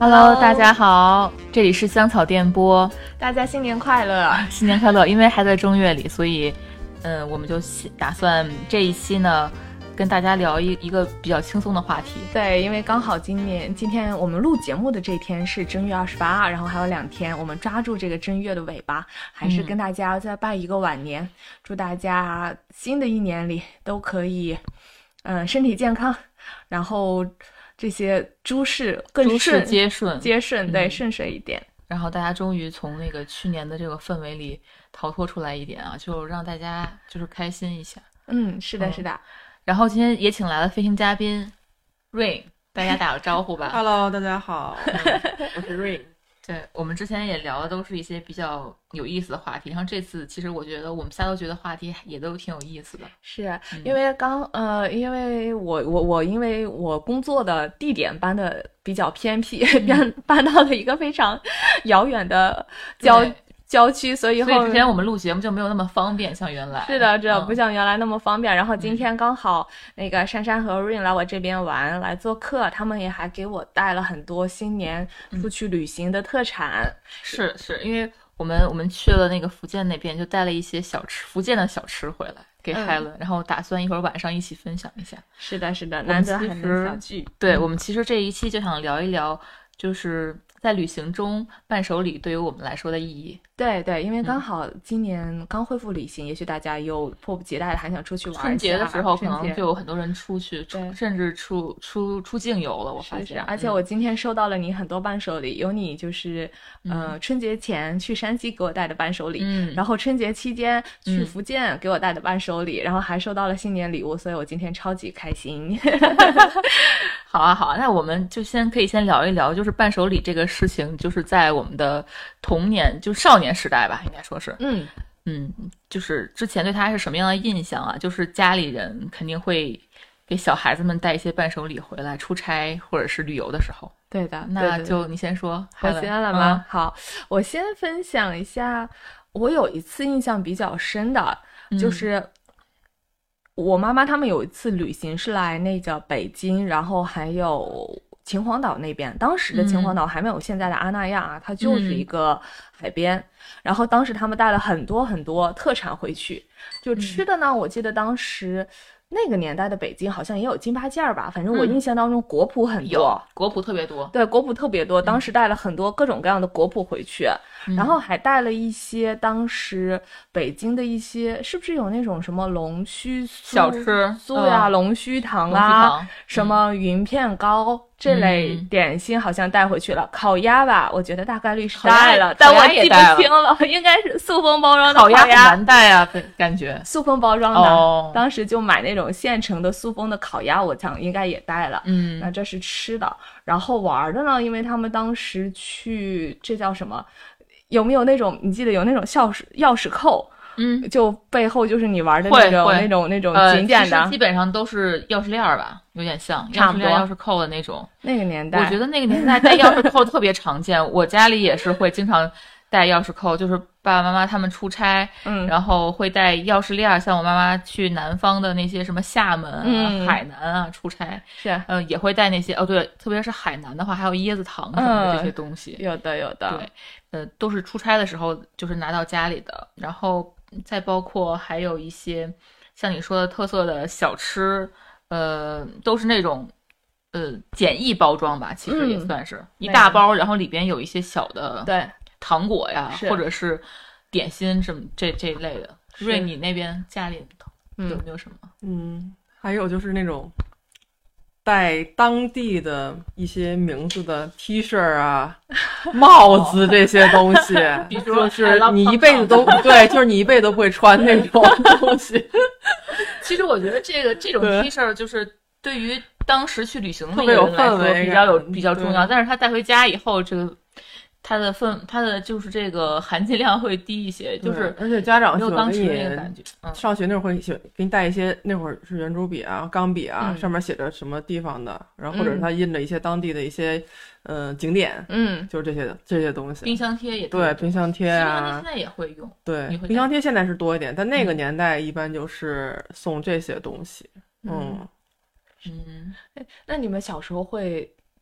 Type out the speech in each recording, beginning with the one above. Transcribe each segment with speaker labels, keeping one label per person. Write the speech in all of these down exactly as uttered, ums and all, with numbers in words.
Speaker 1: Hello， 大家好，这里是香草电波，
Speaker 2: 大家新年快乐，
Speaker 1: 新年快乐！因为还在正月里，所以，嗯，我们就打算这一期呢，跟大家聊一一个比较轻松的话题。
Speaker 2: 对，因为刚好今年今天我们录节目的这天是正月二十八，然后还有两天，我们抓住这个正月的尾巴，还是跟大家再拜一个晚年，嗯、祝大家新的一年里都可以，嗯，身体健康，然后。这些诸事更顺，
Speaker 1: 皆顺，
Speaker 2: 皆顺，对、嗯，顺遂一点。
Speaker 1: 然后大家终于从那个去年的这个氛围里逃脱出来一点啊，就让大家就是开心一下。
Speaker 2: 嗯，是的，是的。嗯、
Speaker 1: 然后今天也请来了飞行嘉宾 Rain， 大家打个招呼吧。
Speaker 3: Hello， 大家好，嗯、我是 Rain。
Speaker 1: 对，我们之前也聊的都是一些比较有意思的话题，然后这次其实我觉得我们仨都觉得话题也都挺有意思的。
Speaker 2: 是、嗯、因为刚呃，因为我我我因为我工作的地点搬的比较偏僻，搬、嗯、搬到了一个非常遥远的郊郊区，所以后
Speaker 1: 所以之前我们录节目就没有那么方便，像原来
Speaker 2: 是的，这、嗯、不像原来那么方便。然后今天刚好那个珊珊和 Rain 来我这边玩来做客，他们也还给我带了很多新年出去旅行的特产。
Speaker 1: 嗯、是是，因为我们我们去了那个福建那边，就带了一些小吃，福建的小吃回来给嗨了、嗯，然后打算一会儿晚上一起分享一下。
Speaker 2: 是的，是的，难得还能小聚。
Speaker 1: 对、嗯，我们其实这一期就想聊一聊，就是在旅行中伴手礼对于我们来说的意义。
Speaker 2: 对对，因为刚好今年刚恢复旅行、嗯、也许大家又迫不及待的还想出去玩一下。
Speaker 1: 春节的时候可能就有很多人出去，甚至出出出境游了，我发现。
Speaker 2: 而且我今天收到了你很多伴手礼，有你就是呃、嗯、春节前去山西给我带的伴手礼、嗯、然后春节期间去福建给我带的伴手礼、嗯、然后还收到了新年礼物，所以我今天超级开心。
Speaker 1: 好啊好啊，那我们就先可以先聊一聊就是伴手礼这个事情，就是在我们的童年就少年时代吧，应该说是
Speaker 2: 嗯
Speaker 1: 嗯，就是之前对他是什么样的印象啊？就是家里人肯定会给小孩子们带一些伴手礼回来，出差或者是旅游的时候。
Speaker 2: 对的，
Speaker 1: 那就你先说。
Speaker 2: 我先了吗、嗯？好，我先分享一下，我有一次印象比较深的，嗯、就是我妈妈他们有一次旅行是来那个北京，然后还有秦皇岛那边，当时的秦皇岛还没有现在的阿那亚啊、嗯、它就是一个海边、嗯、然后当时他们带了很多很多特产回去，就吃的呢、嗯、我记得当时那个年代的北京好像也有京八件儿吧，反正我印象当中果脯很多、
Speaker 1: 嗯、果脯特别多，
Speaker 2: 对，果脯特别多、嗯、当时带了很多各种各样的果脯回去、嗯、然后还带了一些当时北京的一些是不是有那种什么龙须
Speaker 1: 小吃
Speaker 2: 酥呀、嗯、龙须糖啊糖什么云片糕、嗯、这类点心好像带回去了、嗯、烤鸭吧我觉得大概率是带了，但我记不清了，应该是塑封包装的
Speaker 1: 烤鸭，烤鸭很难带啊，感觉
Speaker 2: 塑封包装的、
Speaker 1: 哦、
Speaker 2: 当时就买那种现成的塑封的烤鸭，我想应该也带了。
Speaker 1: 嗯，
Speaker 2: 那这是吃的。然后玩的呢，因为他们当时去这叫什么，有没有那种你记得有那种钥匙钥匙扣，
Speaker 1: 嗯，
Speaker 2: 就背后就是你玩的那种那种那种景点的、
Speaker 1: 呃、基本上都是钥匙链吧，有点像
Speaker 2: 差不多
Speaker 1: 钥匙链钥匙扣的那种。
Speaker 2: 那个年代
Speaker 1: 我觉得那个年代带钥匙扣特别常见，我家里也是会经常带钥匙扣，就是爸爸妈妈他们出差，
Speaker 2: 嗯，
Speaker 1: 然后会带钥匙链，像我妈妈去南方的那些什么厦门啊、
Speaker 2: 嗯、
Speaker 1: 海南啊出差，
Speaker 2: 是，
Speaker 1: 呃，也会带那些。哦，对，特别是海南的话，还有椰子糖什么的、嗯、这些东西，
Speaker 2: 有的有的，
Speaker 1: 对，呃，都是出差的时候就是拿到家里的。然后再包括还有一些像你说的特色的小吃，呃，都是那种。呃，简易包装吧，其实也算是、嗯、一大包，然后里边有一些小的
Speaker 2: 对
Speaker 1: 糖果呀，或者是点心什么这这一类的。瑞，你那边家里有没有什么？
Speaker 3: 嗯，还有就是那种带当地的一些名字的 T 恤啊、帽子这些东西，
Speaker 1: 比如说
Speaker 3: 就是你一辈子都对，就是你一辈子都不会穿那种东西。
Speaker 1: 其实我觉得这个这种 T 恤就是对于当时去旅行的
Speaker 3: 特别有氛围，
Speaker 1: 比较有比较重要，但是他带回家以后，这个它的氛它的就是这个含金量会低一些，就是
Speaker 3: 而且家长
Speaker 1: 没有当时那个感觉。
Speaker 3: 嗯、上学那会儿会给你带一些，那会儿是圆珠笔啊、钢笔啊、
Speaker 2: 嗯，
Speaker 3: 上面写着什么地方的，然后或者是他印了一些当地的一些呃景点，
Speaker 2: 嗯，
Speaker 3: 就是这些这些东西。
Speaker 1: 冰箱贴也
Speaker 3: 对，冰箱贴啊，
Speaker 1: 现在也会用。
Speaker 3: 对，冰箱贴现在是多一点，但那个年代一般就是送这些东西。嗯
Speaker 1: 嗯，
Speaker 2: 嗯，那你们小时候会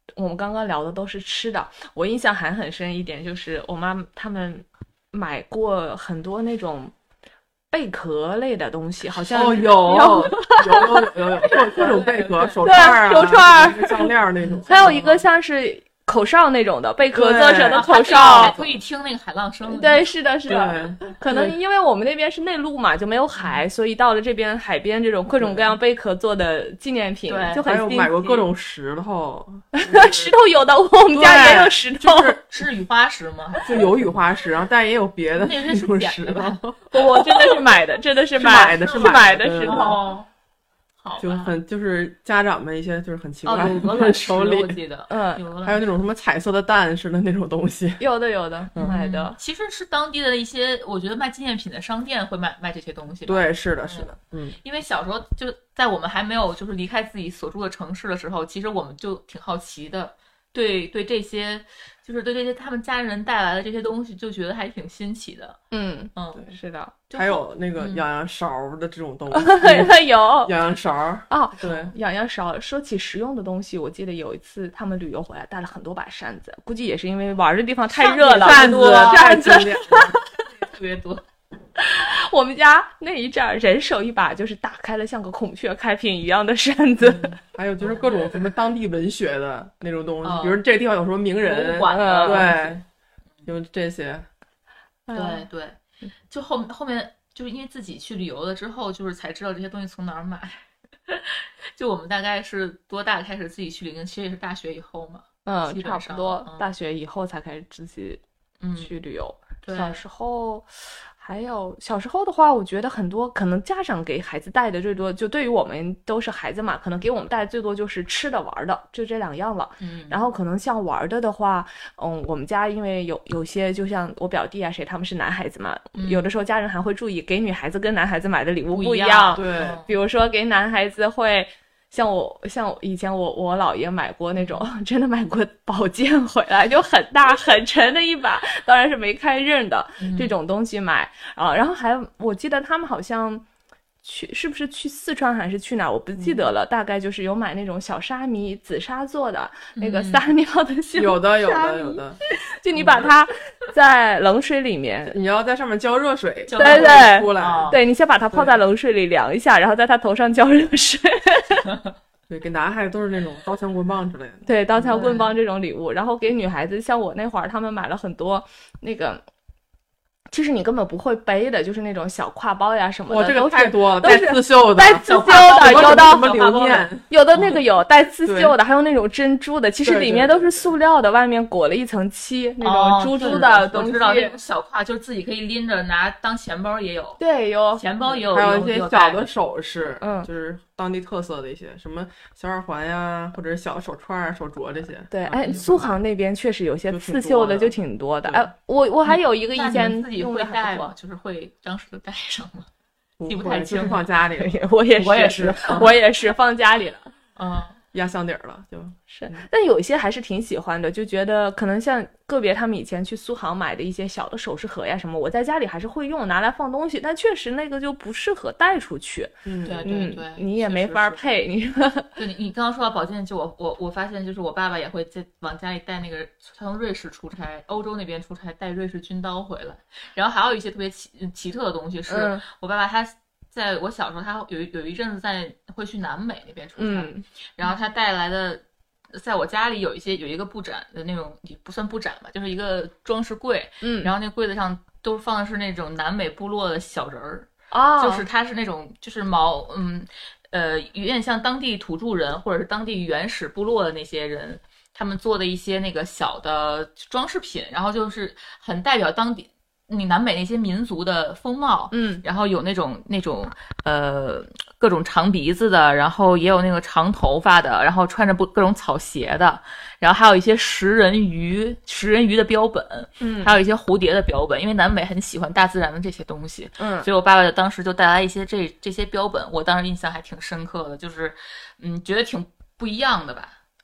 Speaker 2: 我们刚刚聊的都是吃的，我印象还很深一点，就是我妈他们买过很多那种贝壳类的东西，好像
Speaker 3: 哦有有有有有有各各种贝壳，手串啊，
Speaker 2: 手串、
Speaker 3: 项链那种，
Speaker 2: 还有一个像是口哨那种的贝壳做成的口
Speaker 1: 还
Speaker 2: 哨，
Speaker 1: 可以听那个海浪声。
Speaker 2: 对，是的，是的。可能因为我们那边是内陆嘛，就没有海，所以到了这边海边这种各种各样贝壳做的纪念品就很新奇。
Speaker 3: 还有买过各种石头，
Speaker 2: 石头有的，我们家也有石头。
Speaker 3: 就是
Speaker 1: 是雨花石吗？
Speaker 3: 就有雨花石，然后但也有别的
Speaker 1: 那是
Speaker 3: 种石头。
Speaker 2: 我真的是买的，真的是
Speaker 3: 买的，是
Speaker 2: 买的石
Speaker 1: 头。
Speaker 3: 就很就是家长们一些就是很奇怪
Speaker 1: 的
Speaker 3: 手里，
Speaker 1: 我记得，
Speaker 2: 嗯，
Speaker 3: 还有那种什么彩色的蛋似的那种东西，
Speaker 2: 有的有的买的，
Speaker 1: 其实是当地的一些，我觉得卖纪念品的商店会卖卖这些东西。
Speaker 3: 对，是的，是的，嗯，
Speaker 1: 因为小时候就在我们还没有就是离开自己所住的城市的时候，其实我们就挺好奇的，对对这些。就是对这些他们家人带来的这些东西，就觉得还挺新奇的。
Speaker 2: 嗯
Speaker 1: 嗯，
Speaker 3: 对，
Speaker 2: 是的。
Speaker 3: 还有那个养养勺的这种东西，
Speaker 2: 嗯、有
Speaker 3: 养养勺
Speaker 2: 啊、
Speaker 3: 哦，对，
Speaker 2: 养养勺。说起实用的东西，我记得有一次他们旅游回来带了很多把扇子，估计也是因为玩的地方太热了，
Speaker 3: 扇子
Speaker 2: 扇子
Speaker 1: 特别多。
Speaker 2: 我们家那一阵儿人手一把，就是打开了像个孔雀开屏一样的扇子、
Speaker 3: 嗯。还有就是各种什么当地文学的那种东西，
Speaker 1: 哦、
Speaker 3: 比如这个地方有什么名人，
Speaker 1: 嗯、
Speaker 3: 对，有这些。
Speaker 1: 对对，就后后面就是因为自己去旅游了之后，就是才知道这些东西从哪儿买。就我们大概是多大开始自己去旅行？其实也是大学以后嘛。
Speaker 2: 嗯，差不多、
Speaker 1: 嗯，
Speaker 2: 大学以后才开始自己去旅游。
Speaker 1: 嗯、
Speaker 2: 小时候。还有小时候的话，我觉得很多可能家长给孩子带的最多，就对于我们都是孩子嘛，可能给我们带的最多就是吃的玩的，就这两样了。
Speaker 1: 嗯，
Speaker 2: 然后可能像玩的的话，嗯，我们家因为有有些就像我表弟啊谁他们是男孩子嘛、
Speaker 1: 嗯，
Speaker 2: 有的时候家人还会注意给女孩子跟男孩子买的礼物不
Speaker 1: 一
Speaker 2: 样。
Speaker 3: 对，
Speaker 2: 比如说给男孩子会。像我像以前我我姥爷买过那种真的买过宝剑回来，就很大很沉的一把，当然是没开刃的、嗯、这种东西买啊。然后还我记得他们好像去是不是去四川还是去哪我不记得了、嗯、大概就是有买那种小沙弥紫砂做的、嗯、那个撒尿的小
Speaker 3: 有的有的有的，
Speaker 2: 就你把它在冷水里面，
Speaker 3: 你要在上面浇热水，
Speaker 2: 对对
Speaker 3: 出来、哦、
Speaker 2: 对，你先把它泡在冷水里凉一下，然后在它头上浇热水。
Speaker 3: 对，给男孩子都是那种刀枪棍棒之类的，
Speaker 2: 对，刀枪棍棒这种礼物。然后给女孩子，像我那会儿他们买了很多那个其实你根本不会背的，就是那种小挎包呀什么的。
Speaker 3: 哇，这个太多了，
Speaker 2: 带
Speaker 3: 刺绣的，
Speaker 2: 带刺绣的，有的
Speaker 3: 什么留念，
Speaker 2: 有的那个有带刺绣的，还有那种珍珠的，其实里面都是塑料的，外面裹了一层漆，那种珠珠的东西。
Speaker 1: 我知道那种小挎，就是自己可以拎着拿当钱包也有。
Speaker 2: 对，有
Speaker 1: 钱包也有，
Speaker 3: 还有一些小的首饰，
Speaker 2: 嗯，
Speaker 3: 就是当地特色的一些，什么小耳环呀，或者是小的手串啊、手镯这些。
Speaker 2: 对，哎，苏杭那边确实有些刺绣的就挺多的。哎，我我还有一个以前
Speaker 1: 自己会带吗？就是会当时的带上吗？记不太清，
Speaker 3: 放家里了。
Speaker 2: 我也是，
Speaker 1: 我也是，
Speaker 2: 我也是放家里了。
Speaker 1: 嗯，
Speaker 3: 压箱底了，就
Speaker 2: 是。但有一些还是挺喜欢的，就觉得可能像个别他们以前去苏杭买的一些小的首饰盒呀什么，我在家里还是会用，拿来放东西。但确实那个就不适合带出去。
Speaker 1: 嗯，对对对，
Speaker 2: 你也没法配。你说，
Speaker 1: 对你你刚刚说到宝剑，就我我我发现，就是我爸爸也会在往家里带那个，他从瑞士出差，欧洲那边出差带瑞士军刀回来。然后还有一些特别奇奇特的东西，是、嗯、我爸爸他。在我小时候，他有有一阵子在会去南美那边出差、嗯，然后他带来的，在我家里有一些有一个布展的那种，也不算布展吧，就是一个装饰柜，
Speaker 2: 嗯，
Speaker 1: 然后那柜子上都放的是那种南美部落的小人儿，
Speaker 2: 哦，
Speaker 1: 就是它是那种就是毛，嗯，呃，有点像当地土著人或者是当地原始部落的那些人，他们做的一些那个小的装饰品，然后就是很代表当地。你南美那些民族的风貌，
Speaker 2: 嗯，
Speaker 1: 然后有那种那种呃各种长鼻子的，然后也有那个长头发的，然后穿着不各种草鞋的，然后还有一些食人鱼食人鱼的标本，
Speaker 2: 嗯，
Speaker 1: 还有一些蝴蝶的标本，因为南美很喜欢大自然的这些东西，
Speaker 2: 嗯，
Speaker 1: 所以我爸爸当时就带来一些这这些标本，我当时印象还挺深刻的，就是嗯觉得挺不一样的吧。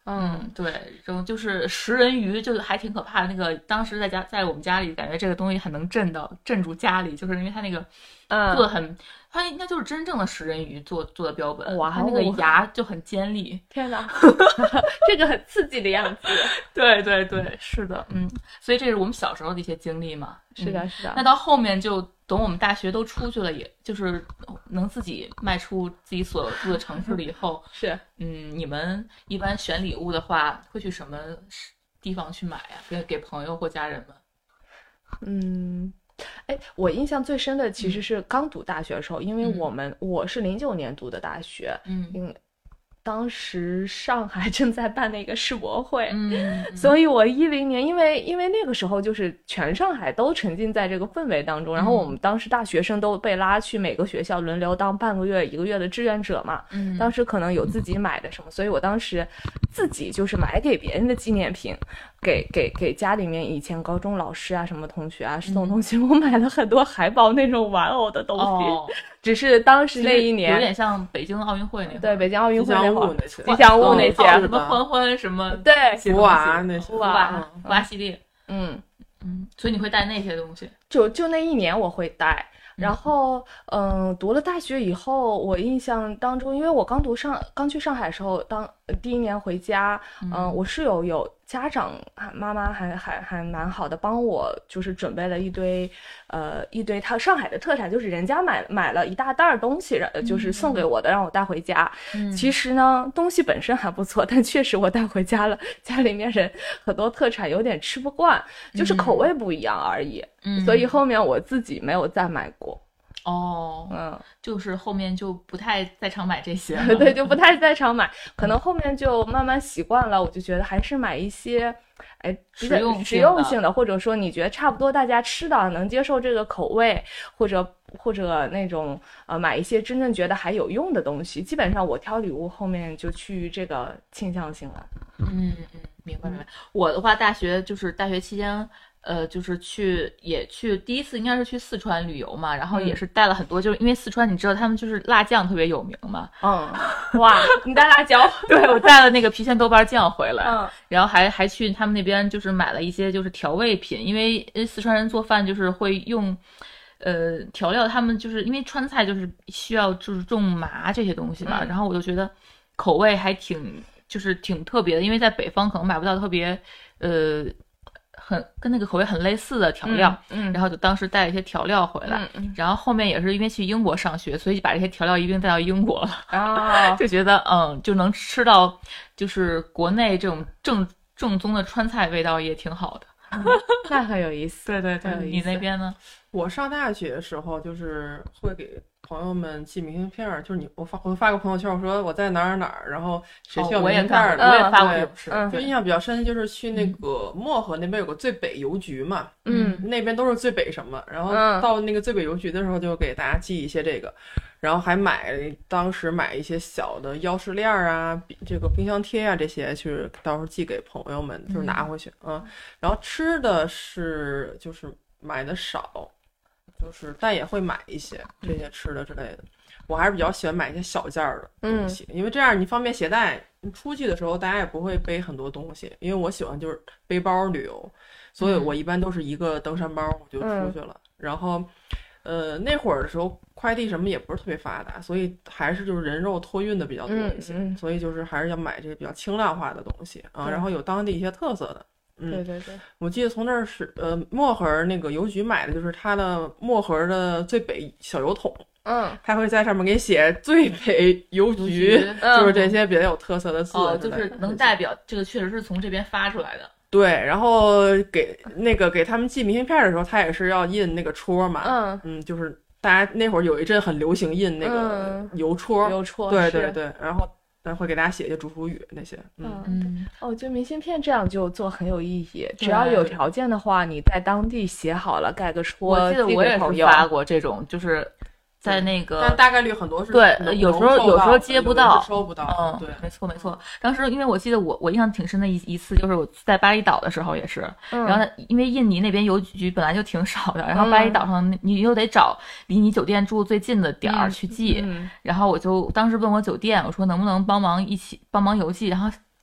Speaker 1: 嗯，对，这种就是食人鱼，就还挺可怕的。那个当时在家，在我们家里，感觉这个东西很能镇到镇住家里，就是因为它那个做的很，嗯、它应该就是真正的食人鱼做做的标本。
Speaker 2: 哇，
Speaker 1: 它那个牙就很尖利。
Speaker 2: 天哪，这个很刺激的样子。
Speaker 1: 对对对，是的，嗯，所以这是我们小时候的一些经历嘛。
Speaker 2: 是的，是的。
Speaker 1: 嗯、那到后面就等我们大学都出去了，也就是能自己迈出自己所住的城市了以后，
Speaker 2: 是，
Speaker 1: 嗯，你们一般选礼物的话，会去什么地方去买呀？给给朋友或家人们？
Speaker 2: 嗯，哎，我印象最深的其实是刚读大学的时候，嗯、因为我们我是零九年读的大学，
Speaker 1: 嗯
Speaker 2: 嗯。当时上海正在办那个世博会，
Speaker 1: 嗯，
Speaker 2: 所以我一零年，因为因为那个时候就是全上海都沉浸在这个氛围当中，然后我们当时大学生都被拉去每个学校轮流当半个月、一个月的志愿者嘛，
Speaker 1: 嗯，
Speaker 2: 当时可能有自己买的什么，所以我当时自己就是买给别人的纪念品，给给给家里面以前高中老师啊、什么同学啊送东西，嗯、我买了很多海宝那种玩偶的东西。
Speaker 1: 哦，
Speaker 2: 只是当时那一年
Speaker 1: 有点像北京奥运会那会儿，
Speaker 2: 对，北京奥运会那会儿，
Speaker 3: 吉
Speaker 2: 祥物那些，
Speaker 1: 什么欢欢什么，
Speaker 2: 对，
Speaker 3: 福娃那些，
Speaker 1: 福娃福娃系列，
Speaker 2: 嗯
Speaker 1: 嗯，所以你会带那些东西？
Speaker 2: 就就那一年我会带。然后，嗯，读了大学以后，我印象当中，因为我刚读上刚去上海的时候，当第一年回家，嗯，嗯我室友有家长，妈妈还还还蛮好的，帮我就是准备了一堆，呃，一堆他上海的特产，就是人家买买了一大袋东西，就是送给我的，嗯、让我带回家。
Speaker 1: 嗯、
Speaker 2: 其实呢，东西本身还不错，但确实我带回家了，家里面人很多特产有点吃不惯，就是口味不一样而已。
Speaker 1: 嗯，
Speaker 2: 所以后面我自己没有再买过。
Speaker 1: 哦，
Speaker 2: 嗯，
Speaker 1: 就是后面就不太再常买这些
Speaker 2: 了，对，就不太再常买，可能后面就慢慢习惯了，我就觉得还是买一些，哎，比较
Speaker 1: 实用
Speaker 2: 实用性的，或者说你觉得差不多大家吃的能接受这个口味，或者或者那种呃买一些真正觉得还有用的东西。基本上我挑礼物后面就趋于这个倾向性了。
Speaker 1: 嗯嗯，明白明白。我的话，大学就是大学期间。呃，就是去也去第一次应该是去四川旅游嘛，然后也是带了很多，嗯、就是因为四川你知道他们就是辣酱特别有名嘛，
Speaker 2: 嗯，哇，你带辣椒？
Speaker 1: 对，我带了那个郫县豆瓣酱回来，
Speaker 2: 嗯，
Speaker 1: 然后还还去他们那边就是买了一些就是调味品，因为四川人做饭就是会用，呃，调料，他们就是因为川菜就是需要就是种麻这些东西嘛，
Speaker 2: 嗯、
Speaker 1: 然后我就觉得口味还挺就是挺特别的，因为在北方可能买不到特别呃。很跟那个口味很类似的调料，
Speaker 2: 嗯，嗯
Speaker 1: 然后就当时带了一些调料回来，
Speaker 2: 嗯嗯、
Speaker 1: 然后后面也是因为去英国上学，所以把这些调料一并带到英国了，
Speaker 2: 啊，
Speaker 1: 就觉得嗯，就能吃到就是国内这种正正宗的川菜味道也挺好的，
Speaker 2: 嗯、那很有意思。
Speaker 1: 对对对，你那边呢？
Speaker 3: 我上大学的时候就是会给朋友们寄明信片，就是你我发我发个朋友圈，我说我在哪儿哪儿，然后谁需要明信片、
Speaker 1: 哦、我, 我也发过这种事，
Speaker 3: 就印象比较深，就是去那个漠河那边有个最北邮局嘛，
Speaker 2: 嗯，
Speaker 3: 那边都是最北什么，然后到那个最北邮局的时候就给大家寄一些这个，然后还买当时买一些小的钥匙链啊，这个冰箱贴啊这些，去到时候寄给朋友们，就是拿回去啊、嗯。然后吃的是就是买的少。就是但也会买一些这些吃的之类的，我还是比较喜欢买一些小件儿的东西、嗯、因为这样你方便携带，你出去的时候大家也不会背很多东西，因为我喜欢就是背包旅游，所以我一般都是一个登山包我就出去了、嗯、然后呃那会儿的时候快递什么也不是特别发达，所以还是就是人肉托运的比较多一些、
Speaker 2: 嗯嗯、
Speaker 3: 所以就是还是要买这个比较轻量化的东西啊、嗯，然后有当地一些特色的。嗯，
Speaker 2: 对对对，
Speaker 3: 我记得从那儿是呃漠河那个邮局买的，就是它的漠河的最北小邮筒，
Speaker 2: 嗯，
Speaker 3: 还会在上面给写最北邮局，
Speaker 1: 嗯、
Speaker 3: 就是这些比较有特色的字，
Speaker 1: 哦，就是能代表这个确实是从这边发出来的。
Speaker 3: 对，然后给那个给他们寄明信片的时候，他也是要印那个戳嘛，
Speaker 2: 嗯
Speaker 3: 嗯，就是大家那会儿有一阵很流行印那个邮戳，
Speaker 2: 嗯、邮戳，
Speaker 3: 对对对，然后。但会给大家写一些祝福语那些，嗯
Speaker 2: 嗯，哦，就明信片这样就做很有意义。只要有条件的话，你在当地写好了，盖个戳。
Speaker 1: 我记得我也是发过这种，就是在那个，
Speaker 3: 但大概率很多是
Speaker 1: 对，有时候有时候接不到，
Speaker 3: 收不到，
Speaker 1: 嗯，
Speaker 3: 对，
Speaker 1: 没错没错。当时因为我记得我我印象挺深的一一次，就是我在巴厘岛的时候也是，
Speaker 2: 嗯、
Speaker 1: 然后因为印尼那边邮局本来就挺少的，然后巴厘岛上你又得找离你酒店住最近的点儿去寄，
Speaker 2: 嗯嗯、
Speaker 1: 然后我就当时问我酒店，我说能不能帮忙一起帮忙邮寄，然后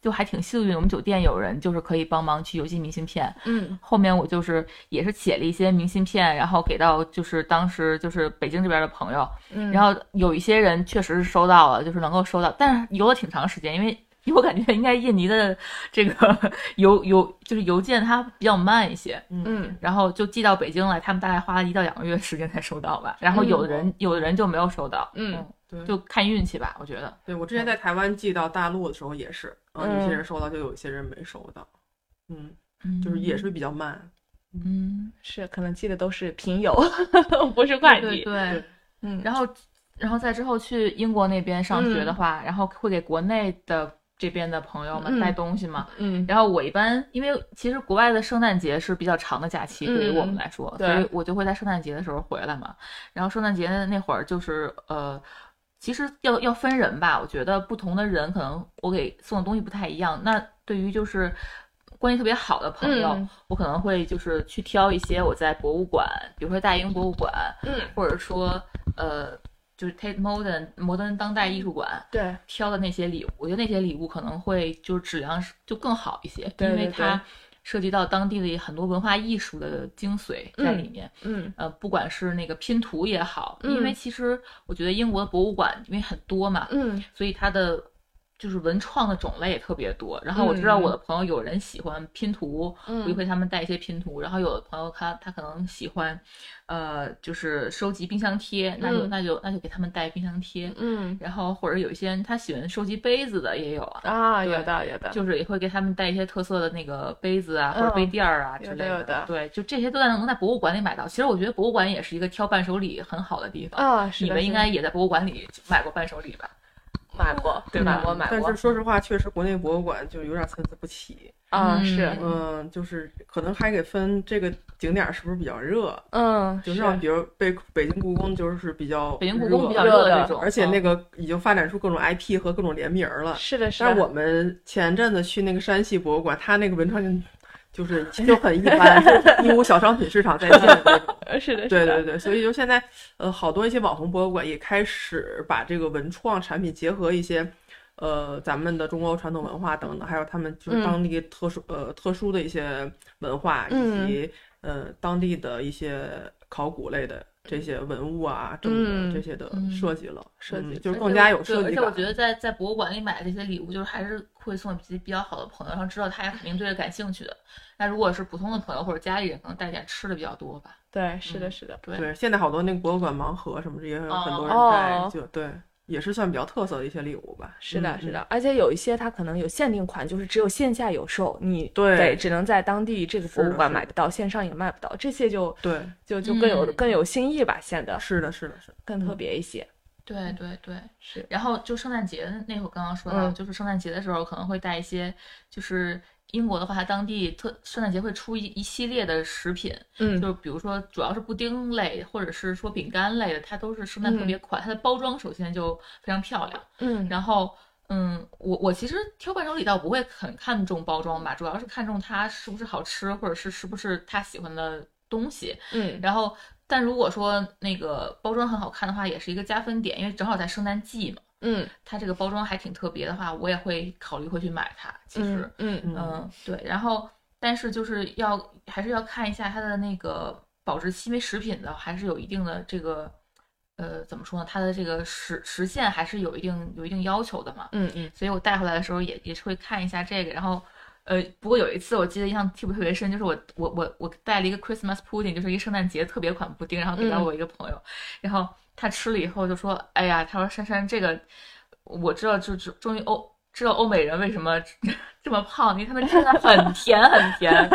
Speaker 1: 就还挺幸运，我们酒店有人就是可以帮忙去邮寄明信片。
Speaker 2: 嗯，
Speaker 1: 后面我就是也是写了一些明信片，然后给到就是当时就是北京这边的朋友。
Speaker 2: 嗯，
Speaker 1: 然后有一些人确实是收到了，就是能够收到，但是邮了挺长时间，因为因为我感觉应该印尼的这个邮邮就是邮件它比较慢一些。
Speaker 2: 嗯，
Speaker 1: 然后就寄到北京来，他们大概花了一到两个月时间才收到吧。然后有的人、
Speaker 2: 嗯、
Speaker 1: 有的人就没有收到。
Speaker 2: 嗯，
Speaker 3: 对，
Speaker 1: 就看运气吧，我觉得。
Speaker 3: 对，我之前在台湾寄到大陆的时候也是，嗯，有些人收到，就有一些人没收到。嗯，就是也是比较慢。
Speaker 1: 嗯，
Speaker 2: 是可能寄的都是平邮，不是快递。
Speaker 1: 对 对,
Speaker 3: 对，
Speaker 1: 嗯，然后然后在之后去英国那边上学的话，嗯、然后会给国内的这边的朋友们带东西嘛。
Speaker 2: 嗯，
Speaker 1: 然后我一般因为其实国外的圣诞节是比较长的假期，对于我们来说，
Speaker 2: 嗯、
Speaker 1: 所以我就会在圣诞节的时候回来嘛。然后圣诞节那会儿就是呃。其实要要分人吧，我觉得不同的人可能我给送的东西不太一样。那对于就是关系特别好的朋友，
Speaker 2: 嗯、
Speaker 1: 我可能会就是去挑一些我在博物馆，比如说大英博物馆，
Speaker 2: 嗯，
Speaker 1: 或者说呃就是 Tate Modern 摩登当代艺术馆，
Speaker 2: 对，
Speaker 1: 挑的那些礼物，我觉得那些礼物可能会就是质量就更好一些，
Speaker 2: 对对对，
Speaker 1: 因为它涉及到当地的很多文化艺术的精髓在里面。
Speaker 2: 嗯, 嗯
Speaker 1: 呃，不管是那个拼图也好，
Speaker 2: 嗯、
Speaker 1: 因为其实我觉得英国的博物馆因为很多嘛，
Speaker 2: 嗯，
Speaker 1: 所以它的就是文创的种类也特别多。然后我知道我的朋友有人喜欢拼图，
Speaker 2: 嗯、
Speaker 1: 我就会他们带一些拼图。然后有的朋友他他可能喜欢，呃，就是收集冰箱贴，那就、
Speaker 2: 嗯、
Speaker 1: 那就那就给他们带冰箱贴。
Speaker 2: 嗯，
Speaker 1: 然后或者有一些人他喜欢收集杯子的也有啊，
Speaker 2: 啊，有的有的，
Speaker 1: 就是也会给他们带一些特色的那个杯子啊、嗯、或者杯垫啊之类的。
Speaker 2: 有的有的，
Speaker 1: 对，就这些都在能在博物馆里买到。其实我觉得博物馆也是一个挑伴手礼很好的地方
Speaker 2: 啊。是的，
Speaker 1: 你们应该也在博物馆里买过伴手礼吧？
Speaker 2: 买过，对，买过买过。
Speaker 3: 但是说实话，确实国内博物馆就有点参差不齐。
Speaker 2: 啊、嗯，是，
Speaker 3: 嗯，就是可能还得分这个景点是不是比较热。
Speaker 2: 嗯，
Speaker 3: 就像比如北北京故宫就是比较
Speaker 1: 北京故宫比较热的这种，
Speaker 3: 而且那个已经发展出各种 I P 和各种联名了。
Speaker 2: 是的，是的。
Speaker 3: 但我们前阵子去那个山西博物馆，它那个文创就是就很一般，就一无小商品市场在线的那种。
Speaker 2: 是的，
Speaker 3: 对对对，所以就现在呃，好多一些网红博物馆也开始把这个文创产品结合一些。呃，咱们的中国传统文化等等，还有他们就是当地特殊、嗯、呃特殊的一些文化，
Speaker 2: 嗯、
Speaker 3: 以及呃当地的一些考古类的这些文物啊，等等这些的设计了，
Speaker 1: 嗯、
Speaker 3: 设计、
Speaker 2: 嗯、
Speaker 3: 就是更加有设计感。
Speaker 1: 而且我觉得在在博物馆里买的这些礼物，就是还是会送给比较好的朋友，然后知道他也肯定对这感兴趣的。那如果是普通的朋友或者家里人，可能带点吃的比较多吧。
Speaker 2: 对，是的，是的，
Speaker 1: 嗯、对,
Speaker 3: 对。现在好多那个博物馆盲盒什么的也有很多人带，
Speaker 2: 哦、
Speaker 3: 就对。也是算比较特色的一些礼物吧。
Speaker 2: 是的，
Speaker 3: 嗯、
Speaker 2: 是的，而且有一些它可能有限定款，就是只有线下有售，你
Speaker 3: 对
Speaker 2: 得只能在当地这个博物馆买得到，线上也卖不到。这些就
Speaker 3: 对，
Speaker 2: 就就更有、
Speaker 1: 嗯、
Speaker 2: 更有新意吧，显得
Speaker 3: 是的，是的，是的，
Speaker 2: 更特别一些。
Speaker 1: 对对对，
Speaker 2: 是。
Speaker 1: 然后就圣诞节那会儿刚刚说到、
Speaker 2: 嗯，
Speaker 1: 就是圣诞节的时候可能会带一些，就是英国的话，它当地特圣诞节会出一一系列的食品，
Speaker 2: 嗯，
Speaker 1: 就是比如说主要是布丁类，或者是说饼干类的，它都是圣诞特别款，
Speaker 2: 嗯、
Speaker 1: 它的包装首先就非常漂亮，
Speaker 2: 嗯，
Speaker 1: 然后嗯，我我其实挑伴手礼倒不会很看重包装吧，主要是看重它是不是好吃，或者是是不是他喜欢的东西，
Speaker 2: 嗯，
Speaker 1: 然后。但如果说那个包装很好看的话，也是一个加分点，因为正好在圣诞季嘛。
Speaker 2: 嗯，
Speaker 1: 它这个包装还挺特别的话，我也会考虑会去买它。其实，
Speaker 2: 嗯
Speaker 1: 嗯, 嗯对。然后，但是就是要还是要看一下它的那个保质期，因为食品的还是有一定的这个，呃，怎么说呢？它的这个时时限还是有一定有一定要求的嘛。
Speaker 2: 嗯嗯。
Speaker 1: 所以我带回来的时候也也是会看一下这个，然后。呃，不过有一次我记得印象特别特别深，就是我我我我带了一个 Christmas pudding， 就是一个圣诞节特别款布丁，然后给到我一个朋友，嗯、然后他吃了以后就说：“哎呀，他说珊珊这个我知道，就终于欧知道欧美人为什么这么胖，因为他们真的很甜很甜。”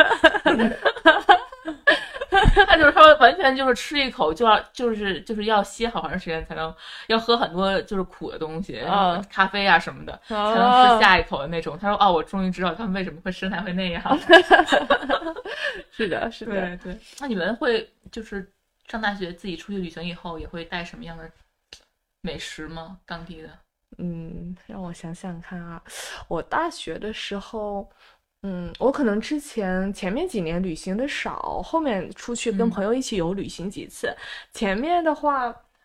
Speaker 1: 他就是说完全就是吃一口就要就是就是要歇好长时间才能要喝很多就是苦的东西，
Speaker 2: 嗯、
Speaker 1: 咖啡啊什么的、
Speaker 2: 哦、
Speaker 1: 才能吃下一口的那种。他说哦，我终于知道他们为什么会身材会那样。
Speaker 2: 是的，是的，
Speaker 1: 对对。那你们会就是上大学自己出去旅行以后也会带什么样的美食吗？当地的？
Speaker 2: 嗯，让我想想看啊，我大学的时候。嗯，我可能之前前面几年旅行的少，后面出去跟朋友一起有旅行几次。嗯、前面的话，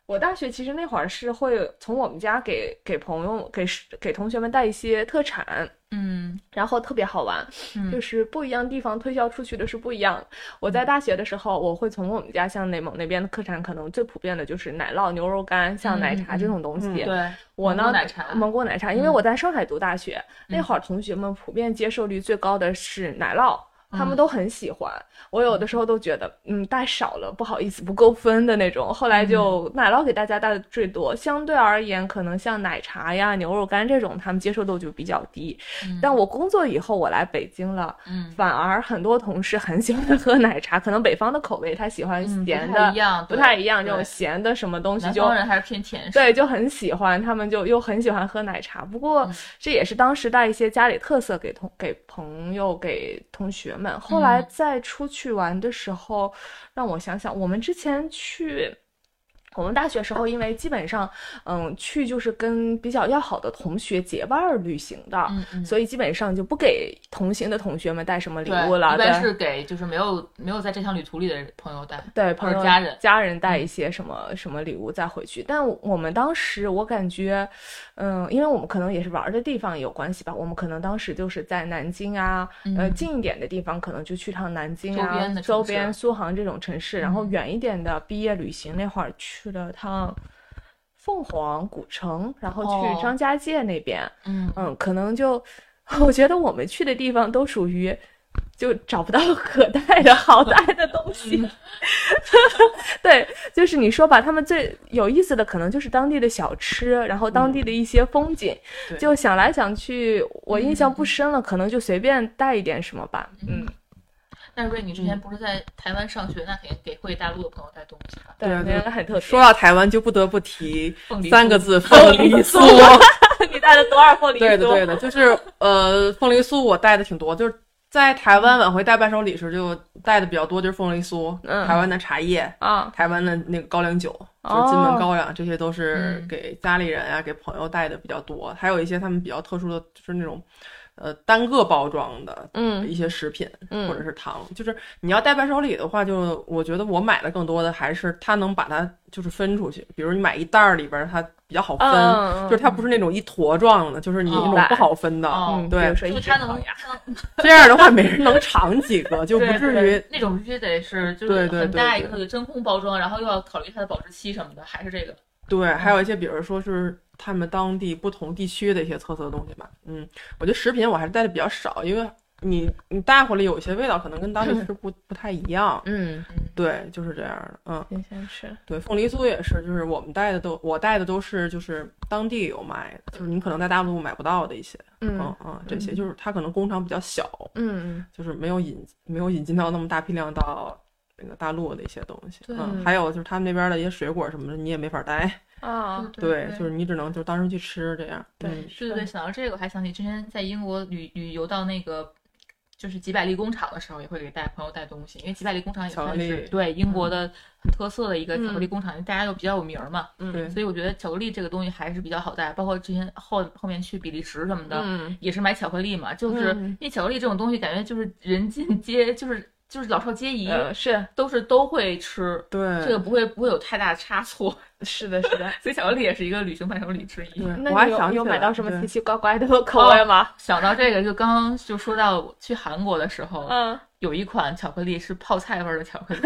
Speaker 2: 我大学其实那会儿是会从我们家给给朋友给给同学们带一些特产，
Speaker 1: 嗯，
Speaker 2: 然后特别好玩，
Speaker 1: 嗯、
Speaker 2: 就是不一样地方推销出去的是不一样的。我在大学的时候，我会从我们家像内蒙那边的特产，可能最普遍的就是奶酪、牛肉干，像奶茶这种东西。
Speaker 1: 嗯嗯、对，
Speaker 2: 我呢，
Speaker 1: 蒙古奶茶，
Speaker 2: 蒙古奶茶，因为我在上海读大学，
Speaker 1: 嗯、
Speaker 2: 那会儿同学们普遍接受率最高的是奶酪。他们都很喜欢，我有的时候都觉得，嗯，带少了不好意思不够分的那种。后来就奶酪给大家带的最多，相对而言，可能像奶茶呀、牛肉干这种，他们接受度就比较低。
Speaker 1: 嗯、
Speaker 2: 但我工作以后，我来北京了，
Speaker 1: 嗯，
Speaker 2: 反而很多同事很喜欢喝奶茶，可能北方的口味他喜欢咸的，
Speaker 1: 嗯、不太一样，
Speaker 2: 不太一样，这种咸的什么东西就，
Speaker 1: 南方人还是偏甜食，
Speaker 2: 对，就很喜欢，他们就又很喜欢喝奶茶。不过、嗯、这也是当时带一些家里特色给同给朋友给同学们，后来在在出去玩的时候，让我想想，我们之前去我们大学时候，因为基本上嗯去就是跟比较要好的同学结伴旅行的、
Speaker 1: 嗯嗯、
Speaker 2: 所以基本上就不给同行的同学们带什么礼物了，
Speaker 1: 一般是给就是没有没有在这趟旅途里的朋友带，
Speaker 2: 对，朋友
Speaker 1: 家人
Speaker 2: 家人带一些什么、嗯、什么礼物再回去。但我们当时我感觉嗯因为我们可能也是玩的地方有关系吧，我们可能当时就是在南京啊、嗯、呃近一点的地方可能就去趟南京啊
Speaker 1: 周边的
Speaker 2: 周边苏杭这种城市、
Speaker 1: 嗯、
Speaker 2: 然后远一点的毕业旅行那会儿去了趟凤凰古城，然后去张家界那边、哦、
Speaker 1: 嗯
Speaker 2: 嗯可能就我觉得我们去的地方都属于就找不到可带的好带的东西、嗯、对，就是你说吧，他们最有意思的可能就是当地的小吃，然后当地的一些风景、嗯、就想来想去我印象不深了、嗯、可能就随便带一点什么吧。嗯，
Speaker 1: 那瑞，你之前不是在台湾上学、嗯、那肯定给会大陆的朋友带东西吧？
Speaker 2: 对，那个很特别。
Speaker 3: 说到台湾就不得不提三个字
Speaker 2: 凤梨酥你带了多少凤梨酥？
Speaker 3: 对的对的，就是呃凤梨酥我带的挺多，就是在台湾晚会带伴手礼时就带的比较多，就是凤梨酥、嗯、台湾的茶叶啊，台湾的那个高粱酒、哦、就是金门高粱，这些都是给家里人啊、嗯、给朋友带的比较多。还有一些他们比较特殊的就是那种呃单个包装的嗯一些食品、嗯、或者是糖，就是你要带伴手礼的话，就我觉得我买的更多的还是它能把它就是分出去，比如你买一袋里边它比较好分、嗯、就是它不是那种一坨状的、嗯、就是你那种不好分的、
Speaker 1: 嗯、
Speaker 3: 对，
Speaker 1: 就是它能
Speaker 3: 这样的话没人能尝几个就不至于
Speaker 1: 对对对那种必须得是就是很大一个那个真空包装，然后又要考虑它的保质期什么的，还是这个
Speaker 3: 对，还有一些比如说是他们当地不同地区的一些特色的东西吧。嗯，我觉得食品我还是带的比较少，因为你你带回来有一些味道可能跟当地吃不、嗯、不太一样。
Speaker 2: 嗯，
Speaker 3: 对，就是这样的。嗯，
Speaker 2: 新鲜吃。
Speaker 3: 对，凤梨酥也是，就是我们带的都我带的都是就是当地有卖的，就是你可能在大陆买不到的一些。嗯嗯, 嗯，这些就是它可能工厂比较小。嗯，就是没有引没有引进到那么大批量到那个大陆的一些东西。嗯，还有就是他们那边的一些水果什么的你也没法带。
Speaker 2: 啊，
Speaker 3: 对，就是你只能就当时去吃这样。
Speaker 1: 对，
Speaker 3: 嗯、
Speaker 1: 对对对，想到这个我还想起之前在英国旅旅游到那个就是吉百利工厂的时候，也会给带朋友带东西，因为吉百利工厂也算是对英国的很特色的一个巧克力工厂，嗯、大家又比较有名嘛，嗯，所以我觉得巧克力这个东西还是比较好带，包括之前后后面去比利时什么的，嗯，也是买巧克力嘛，就是因为巧克力这种东西感觉就是人尽皆就是。就是老少皆宜、
Speaker 2: 呃，是
Speaker 1: 都是都会吃，
Speaker 3: 对，
Speaker 1: 这个不会不会有太大的差错。
Speaker 2: 是的，是的，
Speaker 1: 所以巧克力也是一个旅行伴手礼之一。
Speaker 2: 那你有有买到什么奇奇怪怪的口味吗？
Speaker 1: 哦、想到这个，就刚刚就说到去韩国的时候，
Speaker 2: 嗯，
Speaker 1: 有一款巧克力是泡菜味的巧克力，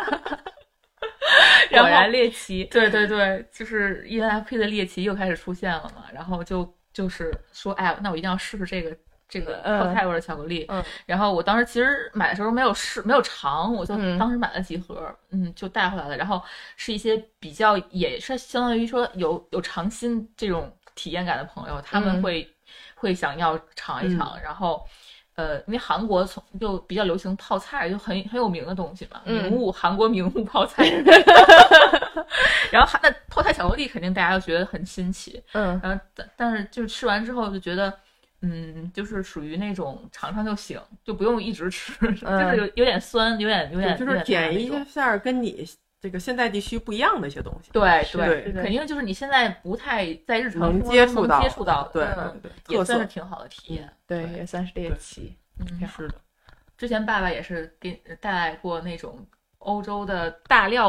Speaker 2: 果然猎奇。
Speaker 1: 对对对，就是 E N F P 的猎奇又开始出现了嘛，然后就就是说，哎，那我一定要试试这个。这个泡菜味的巧克力、嗯，然后我当时其实买的时候没有试没有尝，我就当时买了几盒，嗯, 嗯，就带回来了。然后是一些比较也是相当于说有有尝新这种体验感的朋友，他们会、嗯、会想要尝一尝。嗯、然后，呃，因为韩国从就比较流行泡菜，就很很有名的东西嘛，
Speaker 2: 嗯、
Speaker 1: 名物韩国名物泡菜。然后那泡菜巧克力肯定大家都觉得很新奇，
Speaker 2: 嗯，
Speaker 1: 然后但但是就是吃完之后就觉得。嗯，就是属于那种尝尝就行，就不用一直吃，嗯、就是有有点酸，有点有点
Speaker 3: 就是点一下跟你这个现在地区不一样的一些东西。
Speaker 1: 对 对, 对，肯定就是你现在不太在日常
Speaker 3: 能接触到
Speaker 1: 接触到的，
Speaker 3: 对
Speaker 1: 对
Speaker 3: 对
Speaker 1: 对，也算是挺好的体验。
Speaker 2: 嗯、对, 对，也算是猎奇。
Speaker 1: 嗯，
Speaker 3: 是的。
Speaker 1: 之前爸爸也是给带来过那种欧洲的大料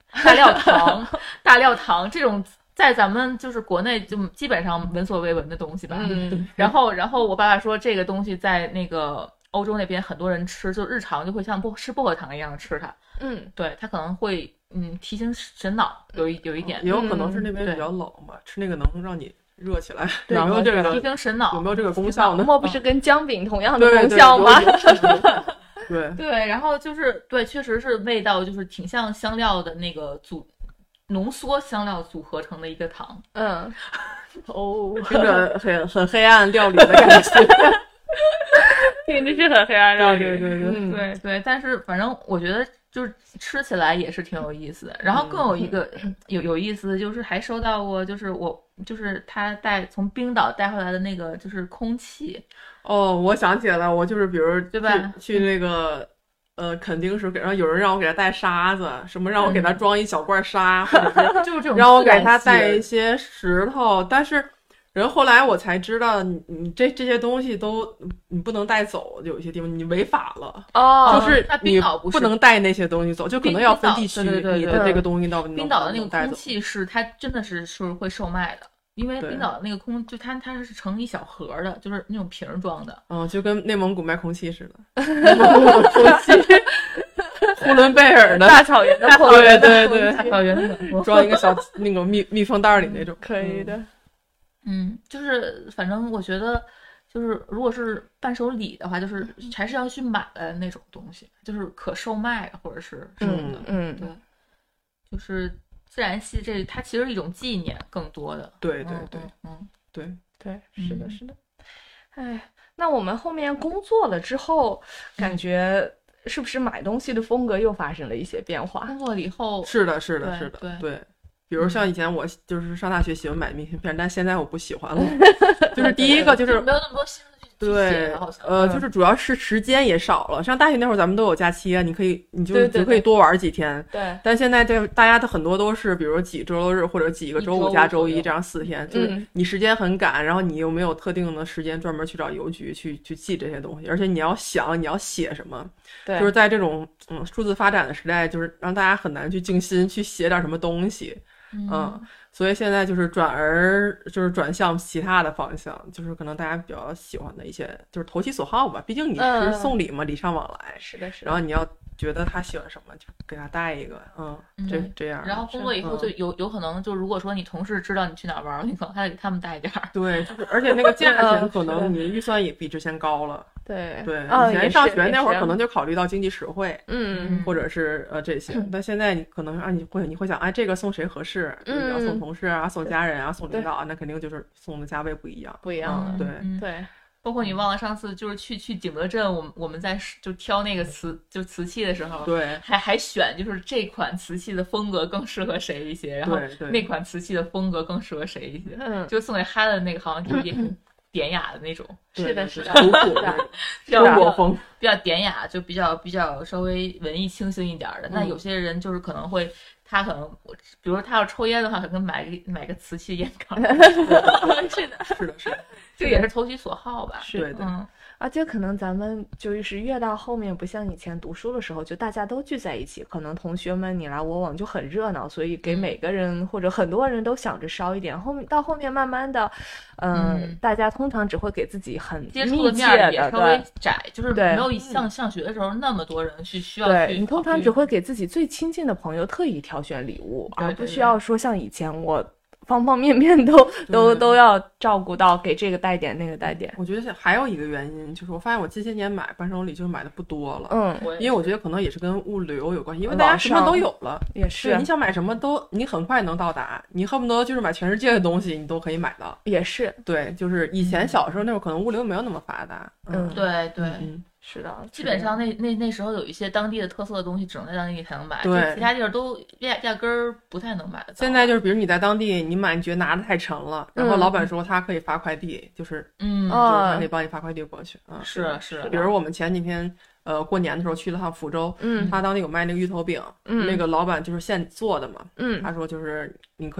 Speaker 1: 大料糖、大料糖这种。在咱们就是国内就基本上闻所未闻的东西吧，
Speaker 2: 嗯，
Speaker 1: 然后然后我爸爸说这个东西在那个欧洲那边很多人吃，就日常就会像薄吃薄荷糖一样吃它，
Speaker 2: 嗯，
Speaker 1: 对，它可能会嗯提醒神脑，有一有一点，
Speaker 3: 也有可能是那边比较冷吧，嗯、吃那个能让你热起来，有没有这个
Speaker 1: 提醒神脑？
Speaker 3: 有没有这个功效呢？
Speaker 2: 莫不是跟姜饼同样的功效吗？
Speaker 3: 对
Speaker 1: 对，然后就是对，确实是味道就是挺像香料的那个组。浓缩香料组合成的一个糖，
Speaker 2: 嗯，
Speaker 3: 哦，听着很很黑暗料理的感觉，
Speaker 2: 听着是很黑暗料理，
Speaker 3: 对对对、
Speaker 1: 嗯、对对，但是反正我觉得就是吃起来也是挺有意思的。然后更有一个、嗯、有有意思的就是还收到过，就是我就是他带从冰岛带回来的那个就是空气。
Speaker 3: 哦，我想起来了，我就是比如
Speaker 1: 对吧？
Speaker 3: 去那个。呃，肯定是给让有人让我给他带沙子，什么让我给他装一小罐沙，或者是
Speaker 1: 就是这种
Speaker 3: 让我给他带一些石头。但是人后来我才知道，你你这这些东西都你不能带走，有一些地方你违法了。
Speaker 2: 哦，
Speaker 3: 就是你不能带那些东西走，就可能要分地区，
Speaker 1: 对对对对
Speaker 3: 你的这个东西到
Speaker 1: 冰岛的那个空气是它真的是是会售卖的。因为冰岛的那个空，就它它是成一小盒的，就是那种瓶装的，
Speaker 3: 嗯，就跟内蒙古卖空气似的，内蒙古空气，呼伦贝尔的
Speaker 2: 大草原的空
Speaker 3: 气，对对对，
Speaker 1: 大草原的
Speaker 3: 装一个小那种密密封袋里那种，
Speaker 2: 可以的。
Speaker 1: 嗯，就是反正我觉得，就是如果是伴手礼的话，就是还是要去买的那种东西，就是可售卖或者是什么的，
Speaker 2: 嗯，
Speaker 1: 对，就是。自然系这它其实是一种纪念更多的，
Speaker 3: 对对对，
Speaker 1: 嗯
Speaker 3: 对
Speaker 2: 对，是的是的。哎，那我们后面工作了之后，感觉是不是买东西的风格又发生了一些变化？
Speaker 1: 工作了以后，
Speaker 3: 是的是的是的，
Speaker 1: 对
Speaker 3: 对。比如像以前我就是上大学喜欢买明信片，但现在我不喜欢了。就是第一个就是
Speaker 1: 没有那么多心思去
Speaker 3: 对，呃，就是主要是时间也少了。上大学那会儿咱们都有假期啊，你可以你就
Speaker 2: 对对对
Speaker 3: 就可以多玩几天。
Speaker 2: 对。
Speaker 3: 但现在这大家的很多都是，比如几周六日或者几个周五加周一这样四天，就是你时间很赶，然后你又没有特定的时间专门去找邮局去去寄这些东西，而且你要想你要写什么。
Speaker 2: 对。
Speaker 3: 就是在这种嗯数字发展的时代，就是让大家很难去静心去写点什么东西。
Speaker 1: 嗯。
Speaker 3: 嗯所以现在就是转而就是转向其他的方向，就是可能大家比较喜欢的一些，就是投其所好吧。毕竟你是送礼嘛，
Speaker 2: 嗯、
Speaker 3: 礼尚往来。
Speaker 2: 是的，是的。
Speaker 3: 然后你要觉得他喜欢什么，就给他带一个，嗯，这
Speaker 1: 嗯
Speaker 3: 这样。
Speaker 1: 然后工作以后就有、嗯、有可能，就如果说你同事知道你去哪儿玩，你可能还得给他们带一点儿。
Speaker 3: 对，就是而且那个价钱可能你预算也比之前高了。
Speaker 2: 对
Speaker 3: 对，
Speaker 2: 哦、
Speaker 3: 以前上学那会儿可能就考虑到经济实惠，
Speaker 2: 嗯，
Speaker 3: 或者是呃这些，
Speaker 2: 嗯、
Speaker 3: 但现在你可能啊你会你会想，哎，这个送谁合适？
Speaker 2: 嗯，
Speaker 3: 你要送同事啊，送家人啊，送领导啊，那肯定就是送的价位不一样，
Speaker 2: 不一样的，
Speaker 3: 对、
Speaker 1: 嗯、
Speaker 2: 对。
Speaker 1: 包括你忘了上次就是去去景德镇，我们我们在就挑那个瓷就瓷器的时候，
Speaker 3: 对，
Speaker 1: 还还选就是这款瓷器的风格更适合谁一些，然后那款瓷器的风格更适合谁一些，
Speaker 2: 嗯，
Speaker 1: 就送给哈的那个好像就也挺典雅的那种，
Speaker 2: 是的，是的，
Speaker 3: 古朴的
Speaker 1: 中
Speaker 3: 国风，
Speaker 1: 比较典雅，就比较比较稍微文艺清新一点的。那、嗯、有些人就是可能会。他可能，比如说他要抽烟的话，可能买个买个瓷器烟缸。
Speaker 2: 是的，
Speaker 3: 是的，是的，
Speaker 1: 这也是投其所好吧。
Speaker 2: 是
Speaker 3: 的，
Speaker 1: 嗯。
Speaker 2: 而且可能咱们就是越到后面，不像以前读书的时候，就大家都聚在一起，可能同学们你来我往就很热闹，所以给每个人、嗯、或者很多人都想着烧一点。后面到后面慢慢的，呃、嗯，大家通常只会给自己很
Speaker 1: 接触的面也稍微窄，就是没有像上学的时候那么多人去需要去。
Speaker 2: 对，你通常只会给自己最亲近的朋友特意挑选礼物，
Speaker 1: 而
Speaker 2: 不需要说像以前我。方方面面都都都要照顾到，给这个带点，那个带点。
Speaker 3: 我觉得还有一个原因就是，我发现我这些年买伴手礼就是买的不多了。
Speaker 2: 嗯，
Speaker 3: 因为我觉得可能也是跟物流有关系，因为大家什么都有了，
Speaker 2: 也是
Speaker 3: 你想买什么都你很快能到达，你恨不得就是买全世界的东西你都可以买到。
Speaker 2: 也是，
Speaker 3: 对，就是以前小时候那会儿可能物流没有那么发达。
Speaker 2: 嗯，
Speaker 1: 对对。
Speaker 3: 嗯
Speaker 2: 是的，
Speaker 1: 基本上那那那时候有一些当地的特色的东西，只能在当地才能买，
Speaker 3: 对，
Speaker 1: 其他地儿都压压根儿不太能买得到。
Speaker 3: 现在就是，比如你在当地，你买你觉得拿的太沉了，然后老板说他可以发快递，就是
Speaker 1: 嗯，
Speaker 3: 就是他得帮你发快递过去啊。
Speaker 1: 是是，
Speaker 3: 比如我们前几天呃过年的时候去了趟福州，
Speaker 2: 嗯，
Speaker 3: 他当地有卖那个芋头饼，
Speaker 2: 嗯，
Speaker 3: 那个老板就是现做的嘛，
Speaker 2: 嗯，
Speaker 3: 他说就是你可以。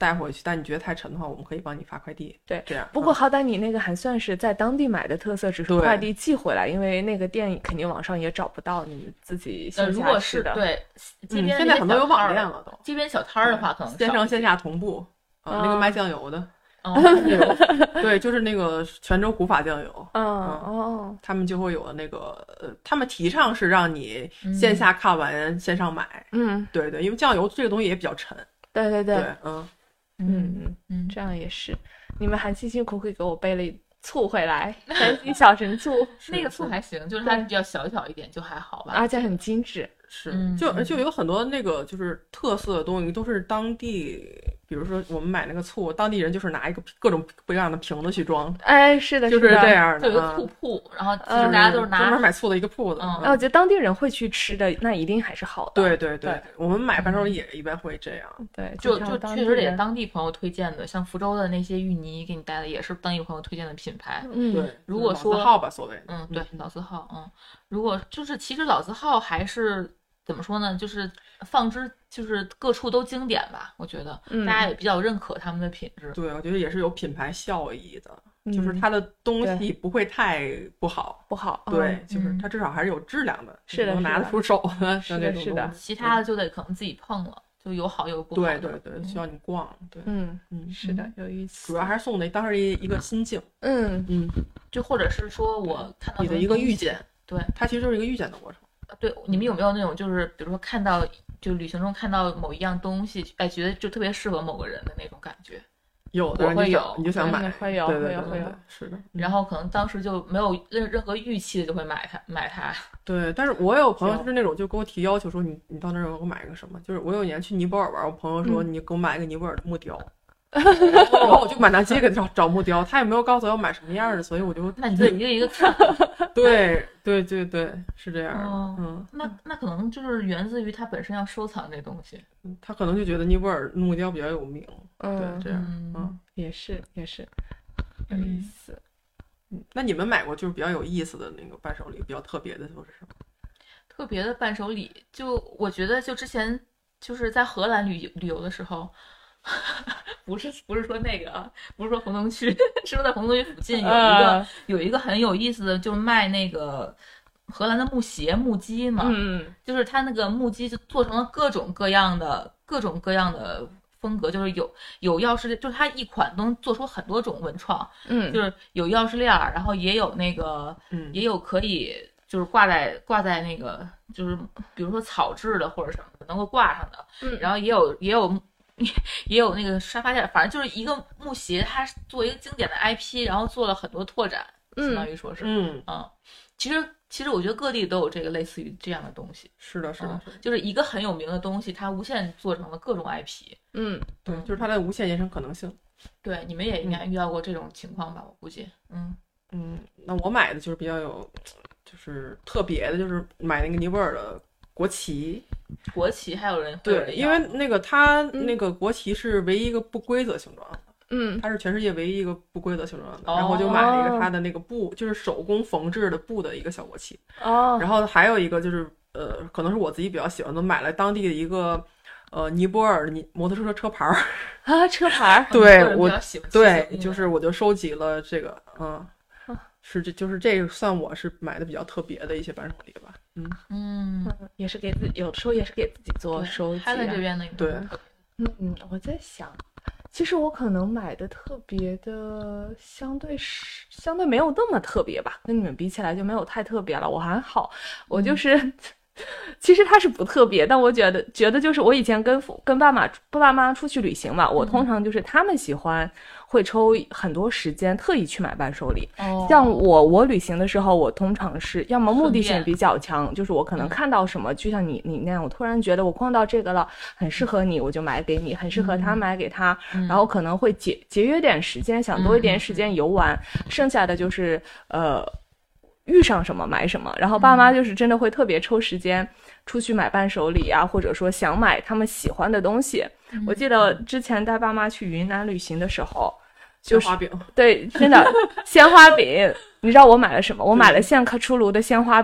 Speaker 3: 带回去，但你觉得太沉的话，我们可以帮你发快递。
Speaker 2: 对，
Speaker 3: 这样。
Speaker 2: 不过好歹你那个还算是在当地买的特色，只是快递寄回来，因为那个店肯定网上也找不到，你自己线
Speaker 1: 下吃的。呃、如果是对街边、
Speaker 3: 嗯、现在很多有网店了都。
Speaker 1: 街边小摊的话，可能
Speaker 3: 线上线下同步。啊、
Speaker 2: 嗯，
Speaker 3: 那个卖酱油的。
Speaker 1: 哦，
Speaker 3: 对，就是那个泉州古法酱油，
Speaker 2: 嗯
Speaker 3: 哦、嗯，他们就会有那个，呃，他们提倡是让你线下看完线上买，
Speaker 2: 嗯，
Speaker 3: 对对，因为酱油这个东西也比较沉，
Speaker 2: 对对对，
Speaker 3: 对嗯
Speaker 2: 嗯嗯嗯，这样也是，你们还辛辛苦苦给我背了醋回来，山西小陈醋，
Speaker 1: 那个醋还行，就是它比较小小一点，就还好吧，
Speaker 2: 而且很精致，
Speaker 3: 是，
Speaker 1: 嗯、
Speaker 3: 就就有很多那个就是特色的东西都是当地。比如说我们买那个醋，当地人就是拿一个各种不一样的瓶子去装，
Speaker 2: 哎，是的，
Speaker 3: 就是这样的，
Speaker 1: 就有个醋铺，嗯、然后其实大家都是拿
Speaker 3: 专门买醋的一个铺子。
Speaker 1: 嗯，
Speaker 2: 我觉得当地人会去吃的，那一定还是好的。
Speaker 3: 对对
Speaker 2: 对, 对，
Speaker 3: 我们买伴手礼也一般会这样。
Speaker 2: 对，
Speaker 1: 就就确实得当地朋友推荐的，像福州的那些芋泥给你带的也是当地朋友推荐的品牌。
Speaker 2: 嗯，
Speaker 3: 对。
Speaker 1: 如果说
Speaker 3: 老字号吧，所谓
Speaker 1: 嗯，对，老字号，嗯，如果就是其实老字号还是。怎么说呢？就是放之，就是各处都经典吧。我觉得、
Speaker 2: 嗯、
Speaker 1: 大家也比较认可他们的品质。
Speaker 3: 对，我觉得也是有品牌效益的，
Speaker 2: 嗯、
Speaker 3: 就是它的东西不会太不好，
Speaker 2: 不好。
Speaker 3: 对，
Speaker 2: 嗯、
Speaker 3: 就是它至少还是有质量的，
Speaker 2: 是的，
Speaker 3: 能拿得出手的，
Speaker 2: 是的，是的。
Speaker 1: 其他的就得可能自己碰了，就有好有不好。
Speaker 3: 对对对，需要你逛。对，
Speaker 2: 嗯
Speaker 3: 嗯，
Speaker 2: 是的，有意思。
Speaker 3: 主要还是送的当时一个心境。
Speaker 2: 嗯
Speaker 3: 嗯，
Speaker 1: 就或者是说我看到
Speaker 3: 你的一个遇见，
Speaker 1: 对，
Speaker 3: 它其实就是一个遇见的过程。
Speaker 1: 对，你们有没有那种就是比如说看到就旅行中看到某一样东西，哎，觉得就特别适合某个人的那种感觉？
Speaker 3: 有的
Speaker 1: 我会有，
Speaker 3: 你就想买，
Speaker 2: 会有，
Speaker 3: 会
Speaker 2: 有，会有，
Speaker 3: 是的。
Speaker 1: 然后可能当时就没有任任何预期的就会买它，买它。
Speaker 3: 对，但是我有朋友就是那种就给我提要求说你你到那儿给我买个什么？就是我有一年去尼泊尔玩，我朋友说你给我买一个尼泊尔的木雕。然后我就满大街给他找找木雕，他也没有告诉我要买什么样的，所以我就
Speaker 1: 那你就一个一个看。
Speaker 3: 对对对对，是这样的。
Speaker 1: 哦、
Speaker 3: 嗯，
Speaker 1: 那那可能就是源自于他本身要收藏这东西，
Speaker 3: 他可能就觉得尼泊尔木雕比较有名。
Speaker 2: 嗯，
Speaker 3: 对，这样，
Speaker 2: 嗯，也是也是有意思。
Speaker 3: 嗯，那你们买过就是比较有意思的那个伴手礼，比较特别的都是什么？
Speaker 1: 特别的伴手礼，就我觉得就之前就是在荷兰旅旅游的时候。不是不是说那个啊，不是说红灯区，是说在红灯区附近有一个、呃、有一个很有意思的，就是卖那个荷兰的木鞋木屐嘛，
Speaker 2: 嗯，
Speaker 1: 就是它那个木屐就做成了各种各样的各种各样的风格，就是有有钥匙，就是它一款能做出很多种文创，
Speaker 2: 嗯，
Speaker 1: 就是有钥匙链，然后也有那个，
Speaker 3: 嗯，
Speaker 1: 也有可以就是挂在挂在那个就是比如说草质的或者什么的能够挂上的，
Speaker 2: 嗯，
Speaker 1: 然后也有也有。也有那个沙发架，反正就是一个木鞋，它作为一个经典的 I P， 然后做了很多拓展，相当于说是，
Speaker 3: 嗯
Speaker 1: 嗯，其实其实我觉得各地都有这个类似于这样的东西，
Speaker 3: 是的，是的，
Speaker 1: 嗯、就是一个很有名的东西，它无限做成了各种 I P，
Speaker 2: 嗯，
Speaker 3: 对，就是它的无限延伸可能性。
Speaker 1: 对，你们也应该遇到过这种情况吧？我估计，嗯
Speaker 3: 嗯，那我买的就是比较有，就是特别的，就是买那个尼泊尔的国旗。
Speaker 1: 国旗还有人会
Speaker 3: 对，因为那个它那个国旗是唯一一个不规则形状的，
Speaker 2: 嗯，
Speaker 3: 它是全世界唯一一个不规则形状的，
Speaker 1: 哦、
Speaker 3: 然后我就买了一个它的那个布，就是手工缝制的布的一个小国旗。
Speaker 2: 哦，
Speaker 3: 然后还有一个就是呃，可能是我自己比较喜欢的，买了当地的一个呃尼泊尔尼摩托车车牌儿
Speaker 2: 啊，车牌儿，
Speaker 3: 对我对，
Speaker 1: 嗯、
Speaker 3: 就是我就收集了这个，嗯。是这就是这个算我是买的比较特别的一些伴手礼吧，嗯
Speaker 1: 嗯，
Speaker 2: 也是给自己，有的时候也是给自己做收集、啊。
Speaker 1: 他在这边的
Speaker 3: 对，
Speaker 2: 嗯嗯，我在想，其实我可能买的特别的相对是相对没有那么特别吧，跟你们比起来就没有太特别了。我还好，我就是。嗯其实它是不特别，但我觉得觉得就是我以前跟跟爸妈爸爸妈出去旅行嘛，我通常就是他们喜欢会抽很多时间特意去买伴手礼。
Speaker 1: 哦、
Speaker 2: 像我我旅行的时候，我通常是要么目的性比较强，就是我可能看到什么，嗯、就像你你那样，我突然觉得我逛到这个了，很适合你，我就买给你；很适合他买给他，
Speaker 1: 嗯、
Speaker 2: 然后可能会节节约点时间，想多一点时间游玩，嗯、剩下的就是呃。遇上什么买什么，然后爸妈就是真的会特别抽时间出去买伴手礼啊，或者说想买他们喜欢的东西。
Speaker 1: 嗯、
Speaker 2: 我记得之前带爸妈去云南旅行的时候，就是
Speaker 3: 鲜花饼，
Speaker 2: 对，真的鲜花饼。你知道我买了什么？我买了现刻出炉的鲜花饼，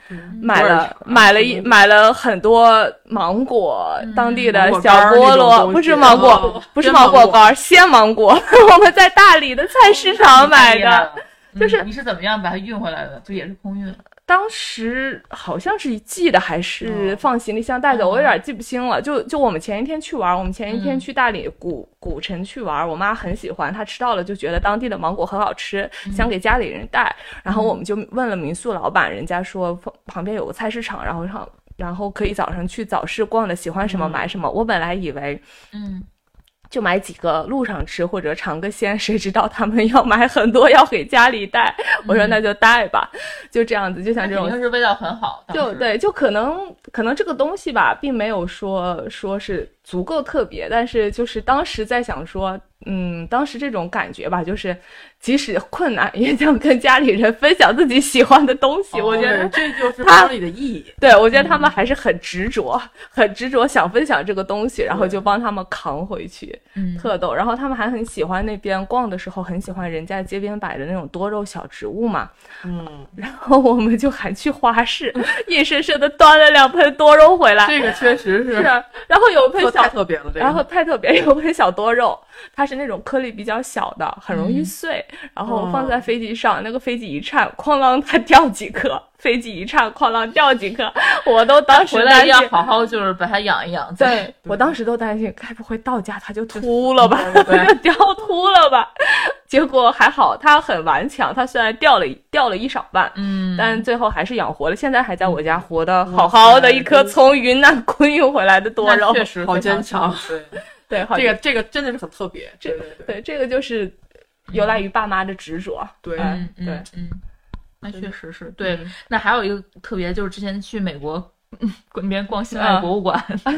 Speaker 2: 买了买了一买了很多芒果，
Speaker 1: 嗯、
Speaker 2: 当地的小菠萝，不是芒果，
Speaker 3: 哦、
Speaker 2: 不是芒果干，鲜芒果。我们在大理的菜市场买的，就是、
Speaker 1: 嗯、你是怎么样把它运回来的？就也是空运？
Speaker 2: 当时好像是寄的还是放行李箱带走、哦、我有点记不清了。就就我们前一天去玩，我们前一天去大理古、嗯、古城去玩，我妈很喜欢，她吃到了就觉得当地的芒果很好吃，嗯、想给家里人带。然后我们就问了民宿老板，人家说旁边有个菜市场，然后上然后可以早上去早市逛的，喜欢什么买什么。嗯、我本来以为，嗯。就买几个路上吃或者尝个鲜，谁知道他们要买很多要给家里带。嗯、我说那就带吧，就这样子，就像这种，
Speaker 1: 肯定是味道很好。
Speaker 2: 就对，就可能可能这个东西吧，并没有说说是足够特别，但是就是当时在想说，嗯，当时这种感觉吧，就是即使困难也想跟家里人分享自己喜欢的东西。哦、我觉得
Speaker 3: 这就是伴手礼的意义。
Speaker 2: 对，我觉得他们还是很执着，嗯、很执着想分享这个东西，然后就帮他们扛回去。嗯，特逗。然后他们还很喜欢那边逛的时候，很喜欢人家街边摆的那种多肉小植物嘛。嗯，然后我们就还去花市，硬生生的端了两盆多肉回来。
Speaker 3: 这个确实是。
Speaker 2: 是，然后有一盆小
Speaker 3: 太特别了，这个、
Speaker 2: 然后太特别，有盆小多肉，它是那种颗粒比较小的，很容易碎。嗯、然后放在飞机上，哦、那个飞机一颤，哐啷它掉几颗。飞机一颤，哐啷掉几颗，我都当时
Speaker 1: 回来要好好就是把它养一养。
Speaker 2: 对，对我当时都担心，该不会到家它就秃了吧，就掉秃了吧？结果还好，它很顽强，它虽然掉了掉了一小半，嗯，但最后还是养活了。现在还在我家活得好好的，一颗从云南空运回来的多肉，
Speaker 1: 确实
Speaker 3: 好坚强。
Speaker 2: 对，
Speaker 3: 这个这个真的是很特别。
Speaker 2: 对对对，对这个就是由来于爸妈的执着。
Speaker 3: 对，
Speaker 1: 嗯
Speaker 2: 对，
Speaker 1: 嗯。那确实是对、嗯，那还有一个特别就是之前去美国那边逛性爱博物馆，嗯、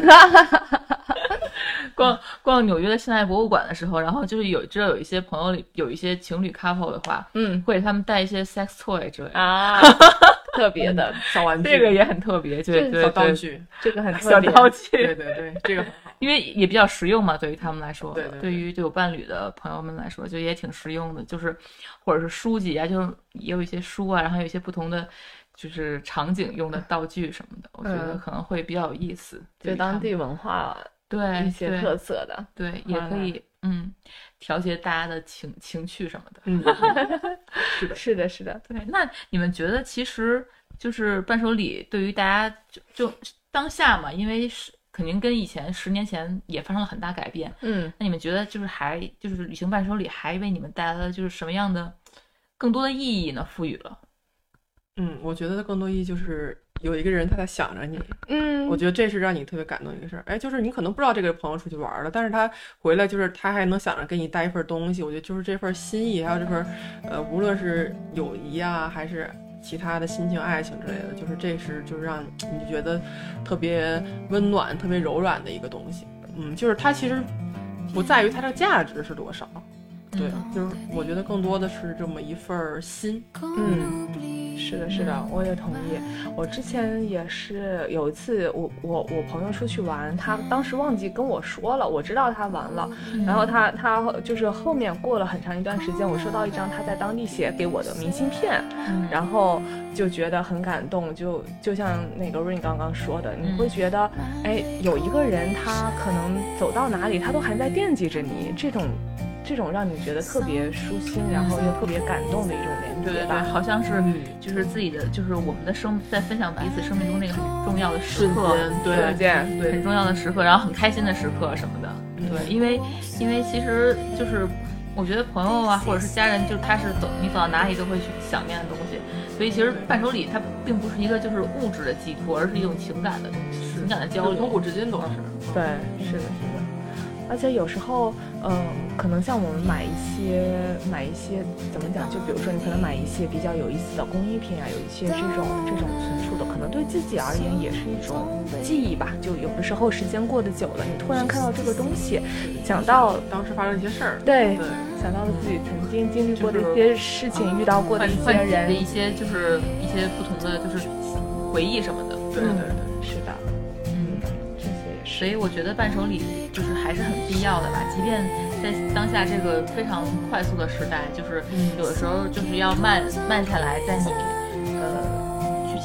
Speaker 1: 逛逛纽约的性爱博物馆的时候，然后就是有知道有一些朋友里有一些情侣 couple 的话，嗯，会给他们带一些 sex toy 之类的
Speaker 2: 啊，特别的
Speaker 3: 小玩具，
Speaker 1: 这个也很特别，对对
Speaker 3: 小道具，
Speaker 2: 这个很特别
Speaker 1: 小道具，
Speaker 3: 对对对，这个很好。
Speaker 1: 因为也比较实用嘛，对于他们来说，
Speaker 3: 对对对，
Speaker 1: 对于有伴侣的朋友们来说，就也挺实用的。就是或者是书籍啊，就是也有一些书啊，然后有一些不同的就是场景用的道具什么的，我觉得可能会比较有意思。
Speaker 2: 嗯、对当地文化
Speaker 1: 对
Speaker 2: 一些特色的，
Speaker 1: 对，对也可以嗯调节大家的情情趣什么的。
Speaker 3: 嗯，
Speaker 2: 是的，是的，是的。
Speaker 1: 对，那你们觉得其实就是伴手礼对于大家就就当下嘛，因为是。肯定跟以前十年前也发生了很大改变，嗯，那你们觉得就是还就是旅行伴手礼还为你们带来了就是什么样的更多的意义呢？赋予了，
Speaker 3: 嗯，我觉得更多意义就是有一个人他在想着你，嗯，我觉得这是让你特别感动的一个事儿。哎，就是你可能不知道这个朋友出去玩了，但是他回来就是他还能想着给你带一份东西，我觉得就是这份心意，还有这份呃，无论是友谊啊还是。其他的亲情、爱情之类的，就是这是就是让你觉得特别温暖、特别柔软的一个东西。嗯，就是它其实不在于它的价值是多少，对，就是我觉得更多的是这么一份心。
Speaker 2: 嗯，是的，是的，我也同意。我之前也是有一次我，我我我朋友出去玩，他当时忘记跟我说了，我知道他玩了，嗯、然后他他就是后面过了很长一段时间，我收到一张他在当地写给我的明信片，嗯、然后就觉得很感动，就就像那个 Rain 刚刚说的，你会觉得，哎，有一个人他可能走到哪里，他都还在惦记着你，这种。这种让你觉得特别舒心，然后又特别感动的一种连接吧，
Speaker 1: 对对，好像是就是自己的，就是我们的生在分享彼此生命中那个很重要的时刻，
Speaker 3: 对
Speaker 2: 对
Speaker 1: 对，很重要的时刻，然后很开心的时刻什么的，对，因为因为其实就是我觉得朋友啊或者是家人，就是他是走你走到哪里都会去想念的东西，所以其实伴手礼它并不是一个就是物质的寄托，而是一种情感的东西，情感的交流，
Speaker 3: 从古至今都是，
Speaker 2: 对，是的，是的。而且有时候，嗯、呃，可能像我们买一些买一些怎么讲？就比如说，你可能买一些比较有意思的工艺品啊，有一些这种这种存储的，可能对自己而言也是一种记忆吧。就有的时候时间过得久了，你突然看到这个东西，想到
Speaker 3: 当时发生一些事儿，
Speaker 2: 对，对想到了自己曾经经历过的一些事情，就是、遇到过的一些人
Speaker 1: 的一些就是一些不同的就是回忆什么的。
Speaker 3: 对对对，
Speaker 2: 嗯、是的。
Speaker 1: 所以我觉得伴手礼就是还是很必要的吧，即便在当下这个非常快速的时代，就是有的时候就是要慢慢下来，在你呃举起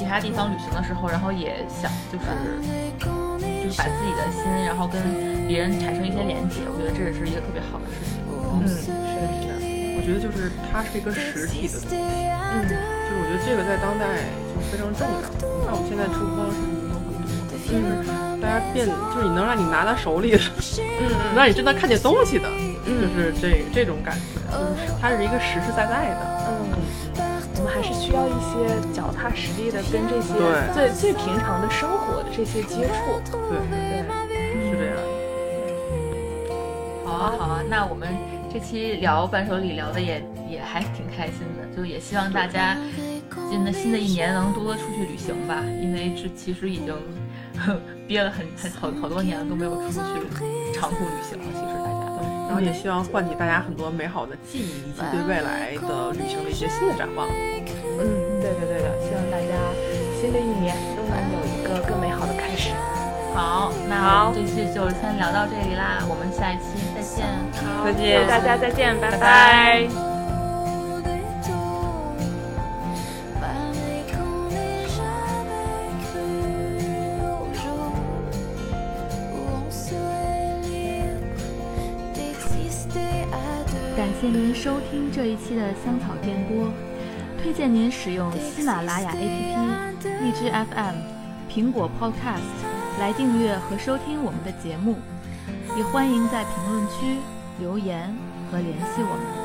Speaker 1: 他地方旅行的时候，然后也想就是就是把自己的心，然后跟别人产生一些连接，我觉得这也是一个特别好的事情。
Speaker 2: 嗯，是的，是的。
Speaker 3: 我觉得就是它是一个实体的东西，嗯，就是我觉得这个在当代就非常重要。你看我们现在触碰是有很多，嗯，大家变就是你能让你拿在手里的，嗯，能让你真的看见东西的，就是这这种感觉，就是它是一个实实在在的，
Speaker 2: 嗯。我们还是需要一些脚踏实地的跟这些最最平常的生活的这些接触。
Speaker 3: 对对对，是这样。
Speaker 1: 好啊好啊，那我们这期聊伴手礼聊的也也还挺开心的，就也希望大家新的新的一年能多多出去旅行吧，因为这其实已经憋了很很好好多年了都没有出去长途旅行了，其实大家都。
Speaker 3: 然后也希望唤起大家很多美好的记忆，以及对未来的旅行的一些新的展望。
Speaker 2: 嗯，对的对的，希望大家新的一年都能有一个更美好的开始。
Speaker 1: 好，那我们这期就先聊到这里啦，我们下一期再见。
Speaker 2: 好，
Speaker 3: 再见，
Speaker 2: 大家再见，拜
Speaker 1: 拜
Speaker 2: 拜。
Speaker 1: 拜。感谢您收听这一期的香草电波，推荐您使用喜马拉雅 A P P、荔枝 F M、苹果 Podcast 来订阅和收听我们的节目，也欢迎在评论区留言和联系我们。